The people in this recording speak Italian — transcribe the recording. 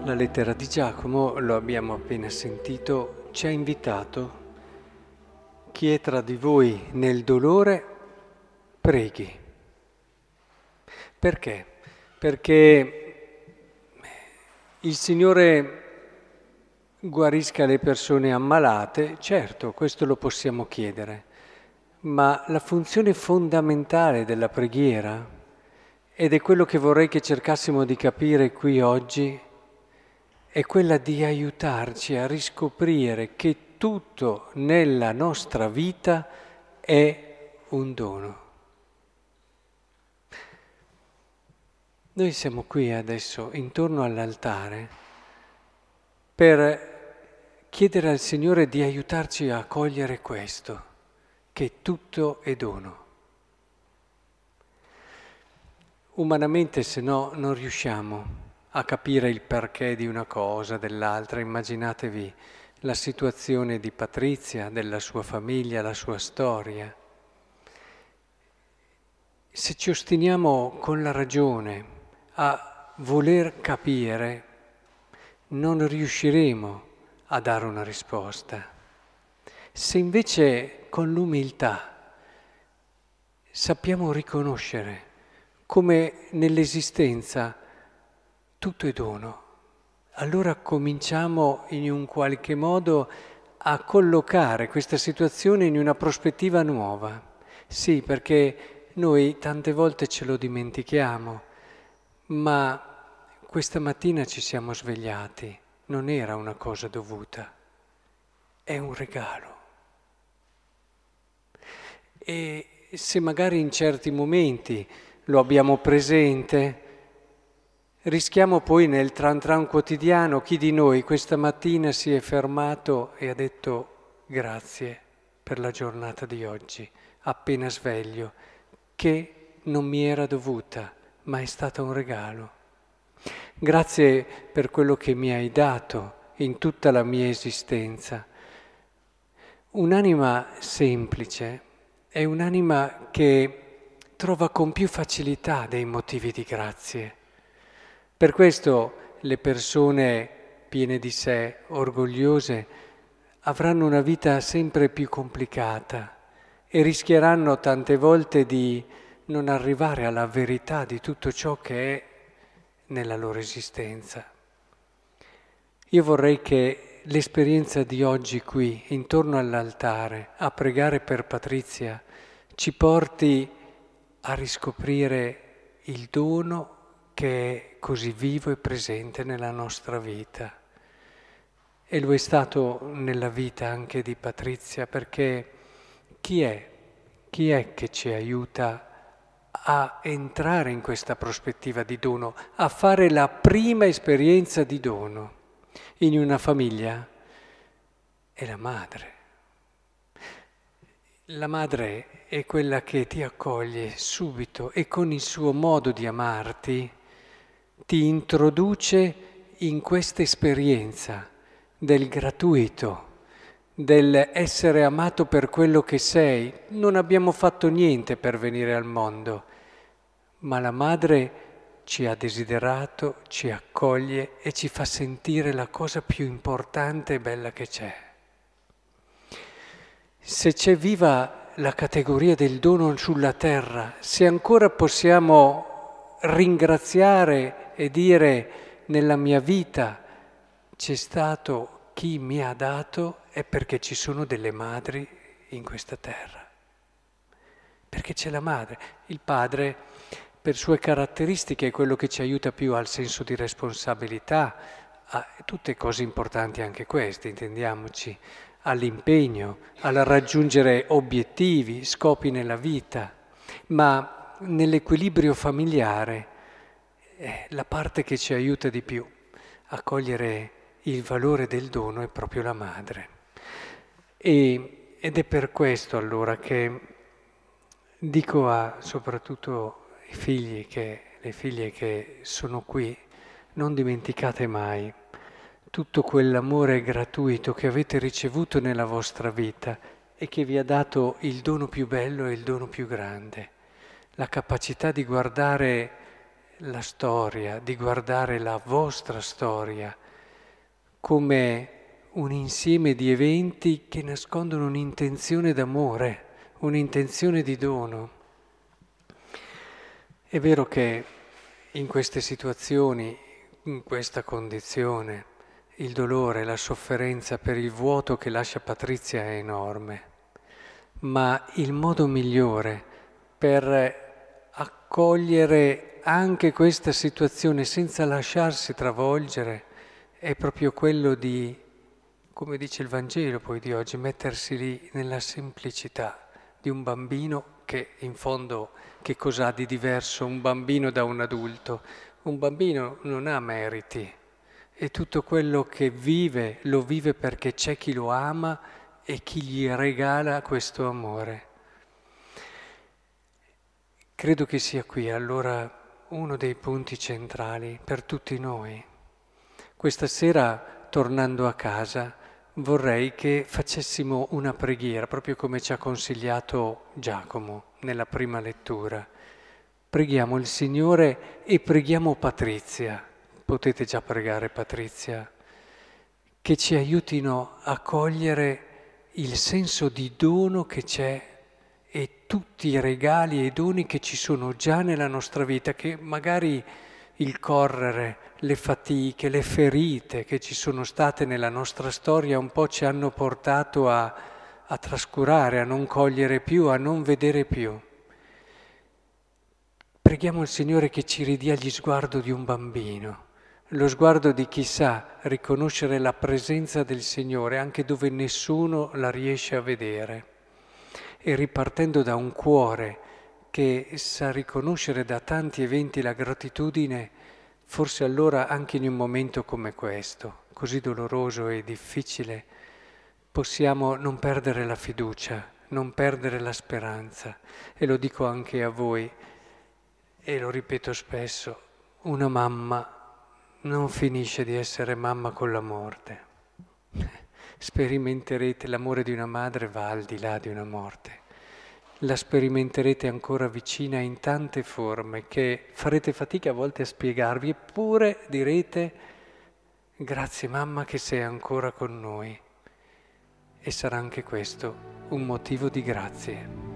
La lettera di Giacomo, lo abbiamo appena sentito, ci ha invitato: chi è tra di voi nel dolore, preghi. Perché? Perché il Signore guarisca le persone ammalate, certo, questo lo possiamo chiedere, ma la funzione fondamentale della preghiera, ed è quello che vorrei che cercassimo di capire qui oggi, è quella di aiutarci a riscoprire che tutto nella nostra vita è un dono. Noi siamo qui adesso intorno all'altare per chiedere al Signore di aiutarci a cogliere questo, che tutto è dono. Umanamente, se no, non riusciamo a capire il perché di una cosa, dell'altra. Immaginatevi la situazione di Patrizia, della sua famiglia, la sua storia. Se ci ostiniamo con la ragione a voler capire, non riusciremo a dare una risposta. Se invece con l'umiltà sappiamo riconoscere come nell'esistenza tutto è dono, allora cominciamo in un qualche modo a collocare questa situazione in una prospettiva nuova. Sì, perché noi tante volte ce lo dimentichiamo, ma questa mattina ci siamo svegliati, non era una cosa dovuta, è un regalo. E se magari in certi momenti lo abbiamo presente, rischiamo poi nel tran tran quotidiano, chi di noi questa mattina si è fermato e ha detto grazie per la giornata di oggi, appena sveglio, che non mi era dovuta, ma è stato un regalo. Grazie per quello che mi hai dato in tutta la mia esistenza. Un'anima semplice è un'anima che trova con più facilità dei motivi di grazie. Per questo le persone piene di sé, orgogliose, avranno una vita sempre più complicata e rischieranno tante volte di non arrivare alla verità di tutto ciò che è nella loro esistenza. Io vorrei che l'esperienza di oggi qui, intorno all'altare, a pregare per Patrizia, ci porti a riscoprire il dono che è così vivo e presente nella nostra vita. E lo è stato nella vita anche di Patrizia, perché chi è? Chi è che ci aiuta a entrare in questa prospettiva di dono, a fare la prima esperienza di dono in una famiglia? È la madre. La madre è quella che ti accoglie subito e con il suo modo di amarti ti introduce in questa esperienza del gratuito, del essere amato per quello che sei. Non abbiamo fatto niente per venire al mondo, ma la madre ci ha desiderato, ci accoglie e ci fa sentire la cosa più importante e bella che c'è. Se c'è viva la categoria del dono sulla terra, se ancora possiamo ringraziare e dire nella mia vita c'è stato chi mi ha dato, è perché ci sono delle madri in questa terra. Perché c'è la madre. Il padre, per sue caratteristiche, è quello che ci aiuta più al senso di responsabilità, a tutte cose importanti anche queste, intendiamoci, all'impegno, al raggiungere obiettivi, scopi nella vita, ma nell'equilibrio familiare la parte che ci aiuta di più a cogliere il valore del dono è proprio la madre. Ed è per questo allora che dico soprattutto ai figli le figlie che sono qui, non dimenticate mai tutto quell'amore gratuito che avete ricevuto nella vostra vita e che vi ha dato il dono più bello e il dono più grande, la capacità di guardare la storia, di guardare la vostra storia come un insieme di eventi che nascondono un'intenzione d'amore, un'intenzione di dono. È vero che in queste situazioni, in questa condizione, il dolore, la sofferenza per il vuoto che lascia Patrizia è enorme, ma il modo migliore per accogliere anche questa situazione senza lasciarsi travolgere è proprio quello di, come dice il Vangelo poi di oggi, mettersi lì nella semplicità di un bambino che in fondo che cos'ha di diverso un bambino da un adulto? Un bambino non ha meriti e tutto quello che vive lo vive perché c'è chi lo ama e chi gli regala questo amore. Credo che sia qui allora uno dei punti centrali per tutti noi. Questa sera, tornando a casa, vorrei che facessimo una preghiera, proprio come ci ha consigliato Giacomo nella prima lettura. Preghiamo il Signore e preghiamo Patrizia. Potete già pregare Patrizia, che ci aiutino a cogliere il senso di dono che c'è e tutti i regali e i doni che ci sono già nella nostra vita, che magari il correre, le fatiche, le ferite che ci sono state nella nostra storia un po' ci hanno portato a trascurare, a non cogliere più, a non vedere più. Preghiamo il Signore che ci ridia gli sguardo di un bambino, lo sguardo di chi sa riconoscere la presenza del Signore anche dove nessuno la riesce a vedere. E ripartendo da un cuore che sa riconoscere da tanti eventi la gratitudine, forse allora anche in un momento come questo, così doloroso e difficile, possiamo non perdere la fiducia, non perdere la speranza. E lo dico anche a voi, e lo ripeto spesso, una mamma non finisce di essere mamma con la morte. Sperimenterete l'amore di una madre va al di là di una morte. La sperimenterete ancora vicina in tante forme che farete fatica a volte a spiegarvi, eppure direte grazie mamma che sei ancora con noi. E sarà anche questo un motivo di grazie.